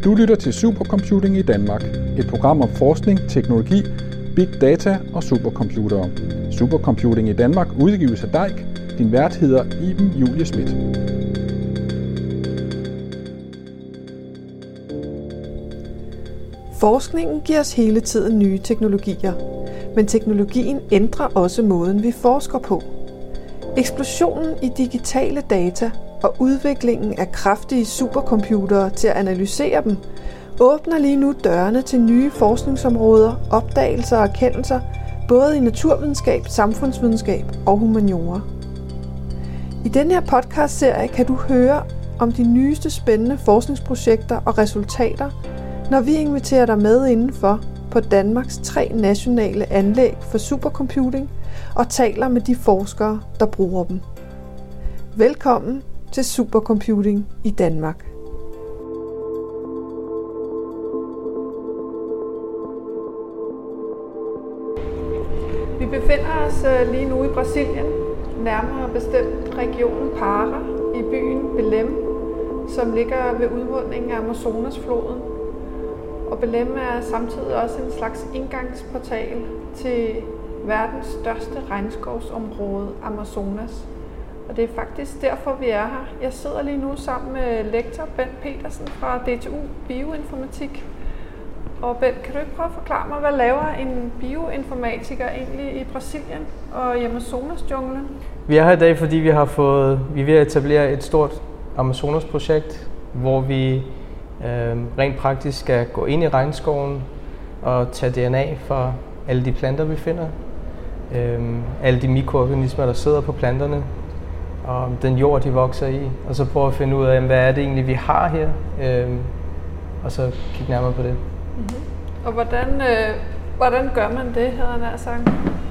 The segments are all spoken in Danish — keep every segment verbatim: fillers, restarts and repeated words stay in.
Du lytter til Supercomputing i Danmark, et program om forskning, teknologi, big data og supercomputere. Supercomputing i Danmark udgives af D E I C. Din vært hedder Iben Julie Schmidt. Forskningen giver os hele tiden nye teknologier, men teknologien ændrer også måden, vi forsker på. Eksplosionen i digitale data og udviklingen af kraftige supercomputere til at analysere dem, åbner lige nu dørene til nye forskningsområder, opdagelser og erkendelser, både i naturvidenskab, samfundsvidenskab og humaniora. I denne her podcast-serie kan du høre om de nyeste spændende forskningsprojekter og resultater, når vi inviterer dig med indenfor på Danmarks tre nationale anlæg for supercomputing og taler med de forskere, der bruger dem. Velkommen til Supercomputing i Danmark. Vi befinder os lige nu i Brasilien, nærmere bestemt regionen Pará i byen Belém, som ligger ved udmundingen af Amazonasfloden. Og Belém er samtidig også en slags indgangsportal til verdens største regnskovsområde, Amazonas. Og det er faktisk derfor, vi er her. Jeg sidder lige nu sammen med lektor Bent Petersen fra D T U Bioinformatik. Og Bent, kan du ikke prøve at forklare mig, hvad laver en bioinformatiker egentlig i Brasilien og i Amazonasjunglen? Vi er her i dag, fordi vi har fået, vi er ved at etablere et stort Amazonas-projekt, hvor vi øh, rent praktisk skal gå ind i regnskoven og tage D N A fra alle de planter, vi finder. Øh, alle de mikroorganismer, der sidder på planterne, og den jord, de vokser i. Og så prøve at finde ud af, hvad er det egentlig, vi har her, øh, og så kigge nærmere på det. Mm-hmm. Og hvordan, øh, hvordan gør man det, havde jeg nær sagt?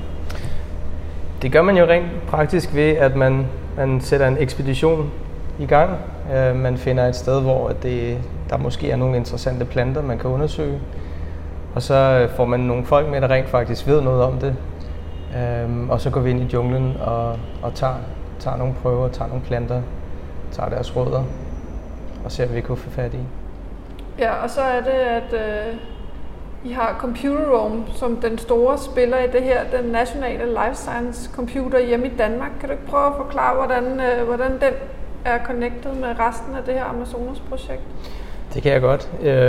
Det gør man jo rent praktisk ved, at man, man sætter en ekspedition i gang. Øh, man finder et sted, hvor det, der måske er nogle interessante planter, man kan undersøge. Og så får man nogle folk med, der rent faktisk ved noget om det. Øh, og så går vi ind i junglen og, og tager, tager nogle prøver, tager nogle planter, tager deres rødder og ser, hvad vi kan få fat i. Ja, og så er det, at øh, I har Computer Room som den store spiller i det her, den nationale life science computer hjemme i Danmark. Kan du ikke prøve at forklare, hvordan, øh, hvordan den er connected med resten af det her Amazonas-projekt? Det kan jeg godt.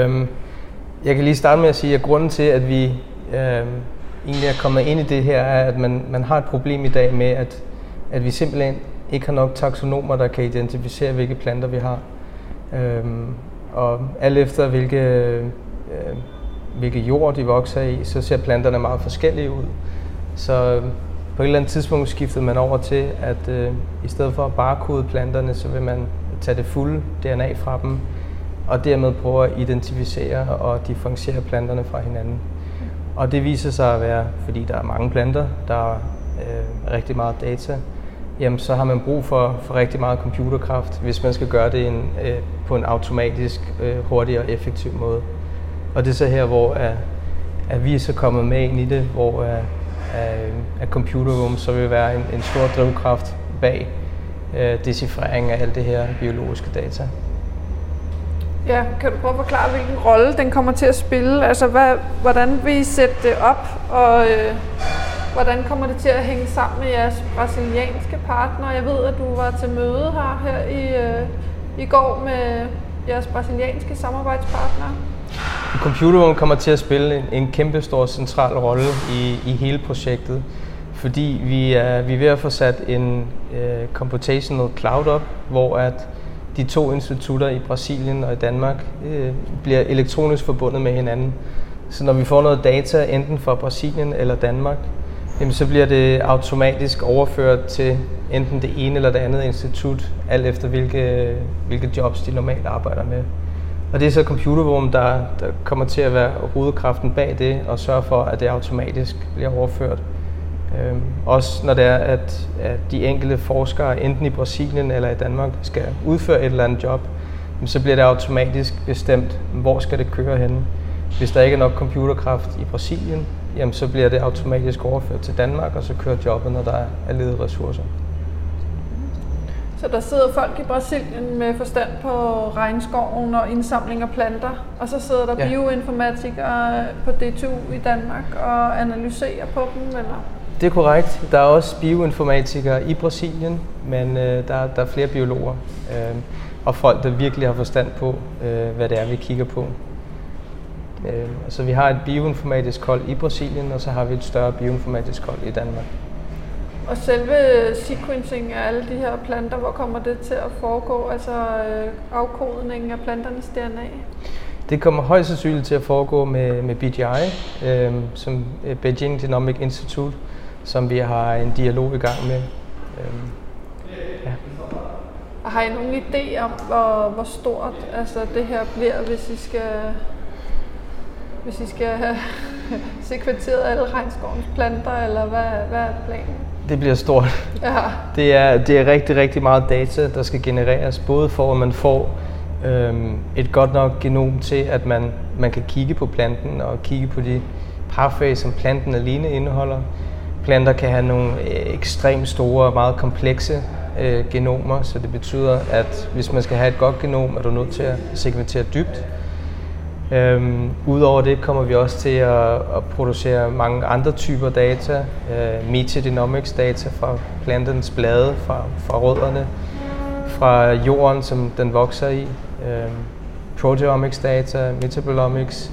Jeg kan lige starte med at sige, at grunden til, at vi egentlig er kommet ind i det her, er, at man, man har et problem i dag med, at, at vi simpelthen ikke har nok taksonomer, der kan identificere, hvilke planter vi har. Og alt efter hvilke, hvilke jord de vokser i, så ser planterne meget forskellige ud. Så på et eller andet tidspunkt skiftede man over til, at øh, i stedet for at barcode planterne, så vil man tage det fulde D N A fra dem, og dermed prøve at identificere og differentiere planterne fra hinanden. Og det viser sig at være, fordi der er mange planter, der er øh, rigtig meget data, jamen så har man brug for, for rigtig meget computerkraft, hvis man skal gøre det en, øh, på en automatisk, øh, hurtig og effektiv måde. Og det er så her, hvor at, at vi er så kommet med ind i det, hvor at, at Computer Room så vil være en, en stor drivkraft bag øh, decifrering af alt det her biologiske data. Ja, kan du prøve at forklare, hvilken rolle den kommer til at spille? Altså, hvad, hvordan vil I sætte det op, og øh, hvordan kommer det til at hænge sammen med jeres brasilianske partner? Jeg ved, at du var til møde her, her i, øh, i går med jeres brasilianske samarbejdspartnere. Computer Room kommer til at spille en, en kæmpe stor central rolle i, i hele projektet, fordi vi er, vi er ved at få sat en uh, computational cloud op, hvor at de to institutter i Brasilien og i Danmark uh, bliver elektronisk forbundet med hinanden. Så når vi får noget data, enten fra Brasilien eller Danmark, jamen, så bliver det automatisk overført til enten det ene eller det andet institut, alt efter hvilke, hvilke jobs de normalt arbejder med. Og det er så Computer Room, der, der kommer til at være hovedkraften bag det og sørge for, at det automatisk bliver overført. Øhm, også når det er, at, at de enkelte forskere, enten i Brasilien eller i Danmark, skal udføre et eller andet job, så bliver det automatisk bestemt, hvor skal det køre henne. Hvis der ikke er nok computerkraft i Brasilien, jamen, så bliver det automatisk overført til Danmark, og så kører jobbet, når der er ledige ressourcer. Så der sidder folk i Brasilien med forstand på regnskoven og indsamling af planter, og så sidder der ja. bioinformatikere på D T U i Danmark og analyserer på dem, eller? Det er korrekt. Der er også bioinformatikere i Brasilien, men øh, der, der er flere biologer øh, og folk, der virkelig har forstand på, øh, hvad det er, vi kigger på. Øh, så vi har et bioinformatisk hold i Brasilien, og så har vi et større bioinformatisk hold i Danmark. Og selve sequencing af alle de her planter, hvor kommer det til at foregå, altså øh, afkodningen af planternes D N A? Det kommer højst sandsynligt til at foregå med, med B G I, øh, som Beijing Genomic Institute, som vi har en dialog i gang med. Øh, ja. Har I nogen idé om, hvor, hvor stort altså, det her bliver, hvis I skal, hvis I skal have sekventeret alle regnskovens planter, eller hvad, hvad er planen? Det bliver stort. Ja. Det er, det er rigtig, rigtig meget data, der skal genereres, både for at man får øhm, et godt nok genom til, at man, man kan kigge på planten og kigge på de pathways, som planten alene indeholder. Planter kan have nogle ekstremt store og meget komplekse øh, genomer, så det betyder, at hvis man skal have et godt genom, er du nødt til at sekventere dybt. Øhm, Udover det kommer vi også til at, at producere mange andre typer data, øh, metagenomics data fra planternes blade, fra, fra rødderne, fra jorden, som den vokser i, øh, proteomics data, metabolomics,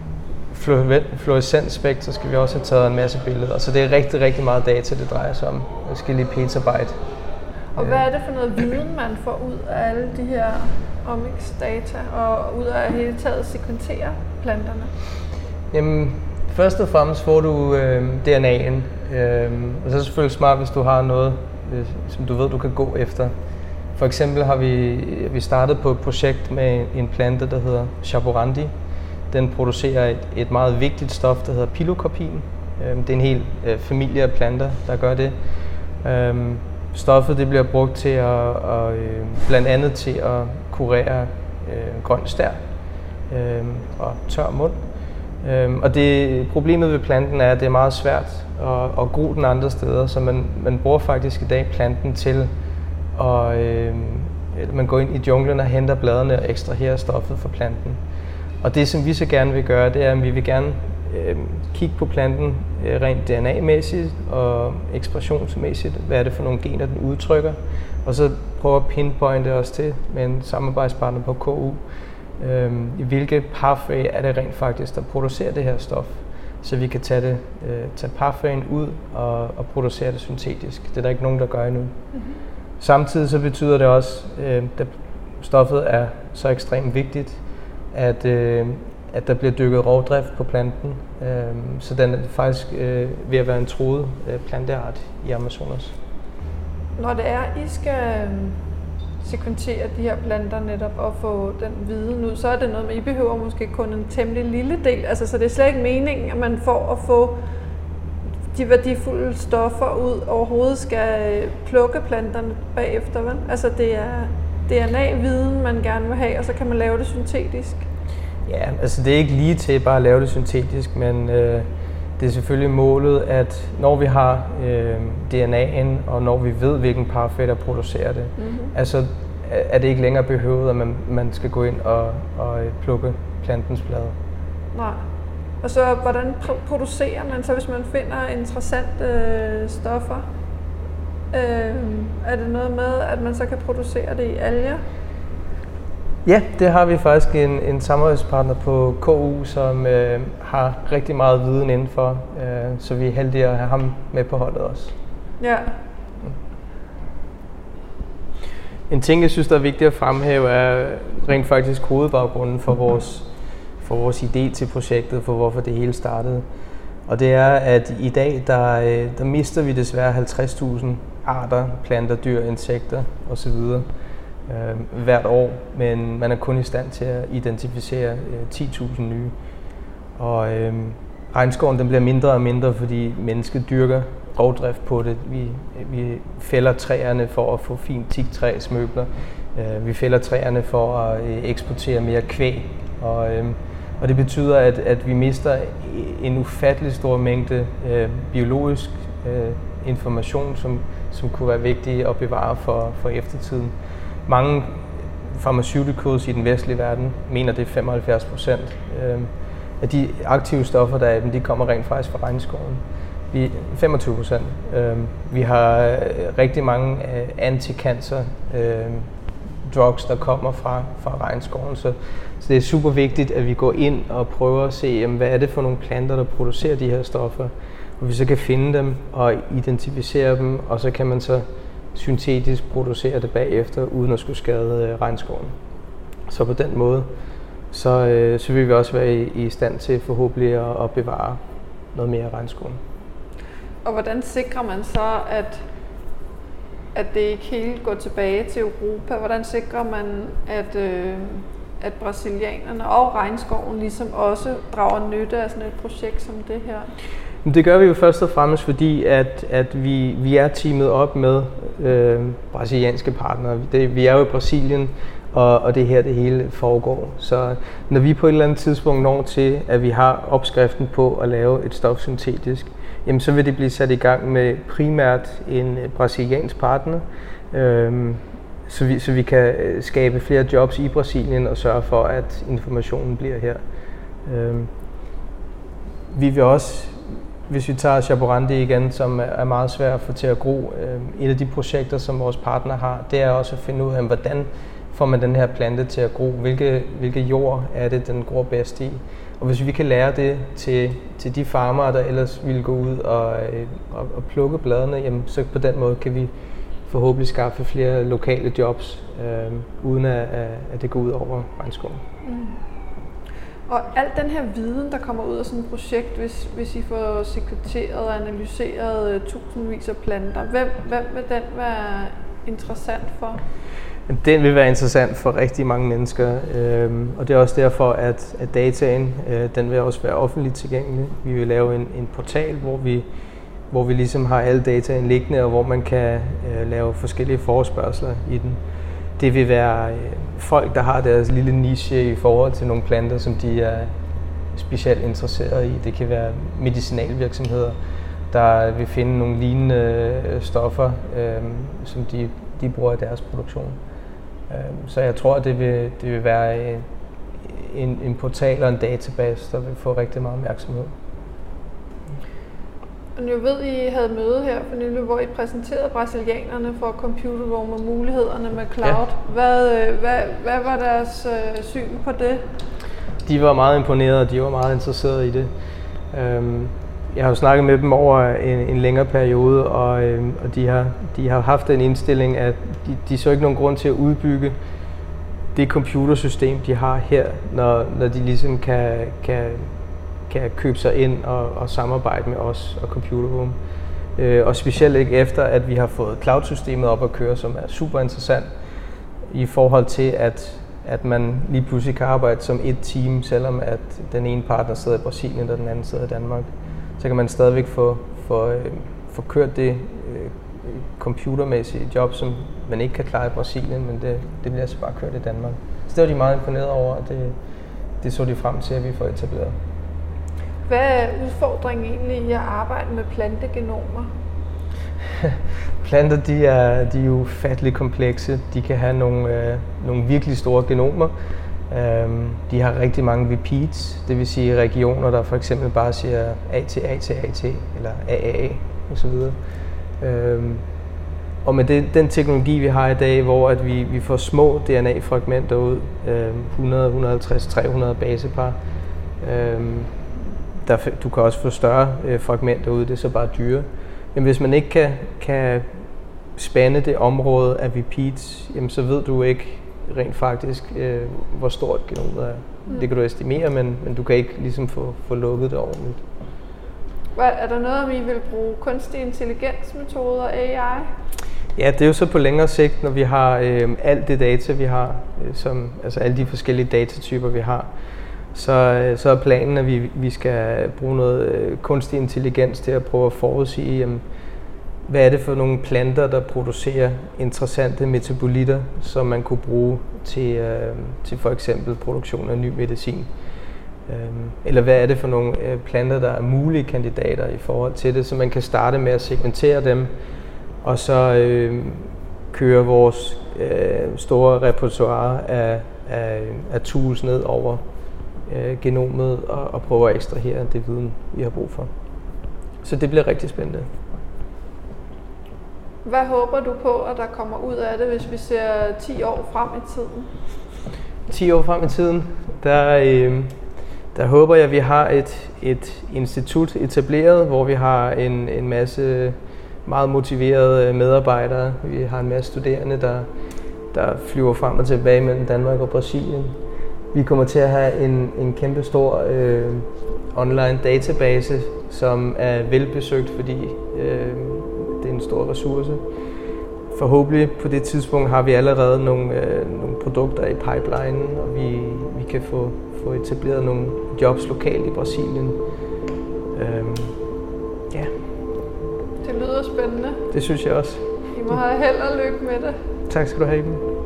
fluorescensspektrer skal vi også have taget en masse billeder, så det er rigtig, rigtig meget data, det drejer sig om, forskellige petabyte. Og hvad er det for noget viden, man får ud af alle de her omics-data, og ud af hele taget sekventere planterne? Jamen, først og fremmest får du øh, D N A'en, øh, og så er det selvfølgelig smart, hvis du har noget, øh, som du ved, du kan gå efter. For eksempel har vi, vi startet på et projekt med en plante, der hedder Chaborandi. Den producerer et, et meget vigtigt stof, der hedder pilocarpin. Øh, det er en hel øh, familie af planter, der gør det. Øh, Stoffet det bliver brugt til at, at øh, blandt andet til at kurere øh, grøn stær øh, og tør mund. Øh, og det problemet ved planten er, at det er meget svært at, at gro den andre steder, så man, man bruger faktisk i dag planten til at øh, man går ind i junglen og henter bladene og ekstraherer stoffet fra planten. Og det, som vi så gerne vil gøre, det er, at vi vil gerne øh, kigge på planten øh, rent D N A-mæssigt og ekspressionsmæssigt. Hvad er det for nogle gener, den udtrykker? Og så prøve at pinpointe os til med en samarbejdspartner på K U, øh, i hvilke pathway er det rent faktisk, der producerer det her stof. Så vi kan tage, det, øh, tage pathwayen ud og, og producere det syntetisk. Det er der ikke nogen, der gør endnu. Mm-hmm. Samtidig så betyder det også, øh, at stoffet er så ekstremt vigtigt, at, øh, at der bliver dykket rovdrift på planten, øh, så den er faktisk øh, ved at være en truet øh, planteart i Amazonas. Når det er, I skal øh, sekventere de her planter netop og få den viden ud, så er det noget med, I behøver måske kun en temmelig lille del, altså så det er slet ikke meningen, at man får at få de værdifulde stoffer ud overhovedet skal plukke planterne bagefter, vel? Altså det er D N A-viden, man gerne vil have, og så kan man lave det syntetisk. Ja, altså det er ikke lige til bare at lave det syntetisk, men øh, det er selvfølgelig målet, at når vi har øh, D N A'en, og når vi ved, hvilken pathway der producerer det, mm-hmm. altså er det ikke længere behøvet, at man, man skal gå ind og, og plukke plantens blade. Nej. Og så hvordan producerer man så, hvis man finder interessante øh, stoffer? Øh, er det noget med, at man så kan producere det i alger? Ja, det har vi faktisk en, en samarbejdspartner på K U, som øh, har rigtig meget viden indenfor, øh, så vi er heldige at have ham med på holdet også. Ja. En ting, jeg synes, der er vigtigt at fremhæve, er rent faktisk hovedbaggrunden for vores, for vores idé til projektet, for hvorfor det hele startede. Og det er, at i dag, der, der mister vi desværre halvtreds tusind arter, planter, dyr, insekter osv. Øh, hvert år, men man er kun i stand til at identificere øh, ti tusind nye. Og øh, regnskoven den bliver mindre og mindre, fordi mennesket dyrker rovdrift på det. Vi, vi fælder træerne for at få fint teaktræsmøbler. Øh, vi fælder træerne for at øh, eksportere mere kvæg. Og, øh, og det betyder, at, at vi mister en ufattelig stor mængde øh, biologisk øh, information, som som kunne være vigtige at bevare for, for eftertiden. Mange pharmaceuticals i den vestlige verden mener, det er femoghalvfjerds procent øh, af de aktive stoffer, der er, de kommer rent faktisk fra regnskoven. Vi, femogtyve procent. Øh, vi har rigtig mange øh, anti-cancer øh, drugs, der kommer fra, fra regnskoven. Så, så det er super vigtigt, at vi går ind og prøver at se, jamen, hvad er det for nogle planter, der producerer de her stoffer. Og vi så kan finde dem og identificere dem, og så kan man så syntetisk producere det bagefter, uden at skulle skade øh, regnskoven. Så på den måde, så, øh, så vil vi også være i, i stand til forhåbentlig at, at bevare noget mere af regnskoven. Og hvordan sikrer man så, at, at det ikke helt går tilbage til Europa? Hvordan sikrer man, at, øh, at brasilianerne og regnskoven ligesom også drager nytte af sådan et projekt som det her? Det gør vi jo først og fremmest, fordi at, at vi, vi er teamet op med øh, brasilianske partnere. Det, vi er jo i Brasilien, og, og det er her, det hele foregår. Så når vi på et eller andet tidspunkt når til, at vi har opskriften på at lave et stof syntetisk, jamen så vil det blive sat i gang med primært en brasiliansk partner, øh, så, vi, så vi kan skabe flere jobs i Brasilien og sørge for, at informationen bliver her. Øh, vi vil også, hvis vi tager Jaborandi igen, som er meget svært at få til at gro, et af de projekter, som vores partner har, det er også at finde ud af, hvordan får man den her plante til at gro, hvilke, hvilke jord er det, den gror bedst i. Og hvis vi kan lære det til, til de farmere, der ellers ville gå ud og, og, og plukke bladene, jamen, så på den måde kan vi forhåbentlig skaffe flere lokale jobs, øh, uden at, at det går ud over regnskoven. Mm. Og al den her viden, der kommer ud af sådan et projekt, hvis, hvis I får sekreteret og analyseret uh, tusindvis af planter, hvem, hvem vil den være interessant for? Den vil være interessant for rigtig mange mennesker, øh, og det er også derfor, at, at dataen øh, den vil også være offentligt tilgængelig. Vi vil lave en, en portal, hvor vi, hvor vi ligesom har alle dataen liggende, og hvor man kan øh, lave forskellige forespørgsler i den. Det vil være øh, folk, der har deres lille niche i forhold til nogle planter, som de er specielt interesseret i. Det kan være medicinalvirksomheder, der vil finde nogle lignende stoffer, øh, som de, de bruger i deres produktion. Øh, så jeg tror, at det vil, det vil være en, en portal og en database, der vil få rigtig meget opmærksomhed. Jeg ved, I havde møde her for nylig, hvor I præsenterede brasilianerne for Computer Room og mulighederne med cloud. Ja. Hvad, hvad, hvad var deres øh, syn på det? De var meget imponerede, og de var meget interesserede i det. Øhm, jeg har jo snakket med dem over en, en længere periode, og, øhm, og de, har, de har haft en indstilling, at de, de så ikke nogen grund til at udbygge det computersystem, de har her, når, når de ligesom kan, kan kan købe sig ind og, og samarbejde med os og Computer Room. Øh, og specielt ikke efter, at vi har fået cloud-systemet op at køre, som er super interessant i forhold til, at, at man lige pludselig kan arbejde som et team, selvom at den ene partner sidder i Brasilien, og den anden sidder i Danmark. Så kan man stadigvæk få, få, øh, få kørt det øh, computermæssige job, som man ikke kan klare i Brasilien, men det, det bliver altså bare kørt i Danmark. Så det var de meget imponeret over, og det, det så de frem til, at vi får etableret. Hvad er udfordringen egentlig i at arbejde med plantegenomer? Planter, de er, de er jo ufatteligt komplekse. De kan have nogle, øh, nogle virkelig store genomer. Um, de har rigtig mange repeats, det vil sige regioner, der for eksempel bare siger A T, A T, A T eller A A A osv. Um, og med det, den teknologi, vi har i dag, hvor at vi, vi får små D N A-fragmenter ud, um, hundrede, et hundrede og halvtreds, tre hundrede basepar, um, Der, du kan også få større øh, fragmenter ud, det er så bare dyre. Men hvis man ikke kan, kan spande det område af repeats, jamen, så ved du ikke rent faktisk, øh, hvor stort genomet er. Mm. Det kan du estimere, men, men du kan ikke ligesom få, få lukket det ordentligt. Er der noget, om I vil bruge kunstig intelligensmetoder, A I? Ja, det er jo så på længere sigt, når vi har øh, alt det data, vi har, øh, som, altså alle de forskellige datatyper, vi har. Så, så er planen, at vi, vi skal bruge noget øh, kunstig intelligens til at prøve at forudsige, jamen, hvad er det for nogle planter, der producerer interessante metabolitter, som man kunne bruge til, øh, til for eksempel produktion af ny medicin. Øh, eller hvad er det for nogle øh, planter, der er mulige kandidater i forhold til det, så man kan starte med at segmentere dem og så øh, køre vores øh, store repertoire af, af, af tools ned over øh, genomet og, og prøve at ekstrahere det viden, vi har brug for. Så det bliver rigtig spændende. Hvad håber du på, at der kommer ud af det, hvis vi ser ti år frem i tiden? ti år frem i tiden, der, øh, der håber jeg, at vi har et, et institut etableret, hvor vi har en, en masse meget motiverede medarbejdere. Vi har en masse studerende, der, der flyver frem og tilbage mellem Danmark og Brasilien. Vi kommer til at have en, en kæmpe stor øh, online database, som er velbesøgt, fordi øh, det er en stor ressource. Forhåbentlig på det tidspunkt har vi allerede nogle, øh, nogle produkter i pipelinen, og vi, vi kan få, få etableret nogle jobs lokalt i Brasilien. Øhm, ja. Det lyder spændende. Det synes jeg også. I må have held og lykke med det. Tak skal du have, Iben.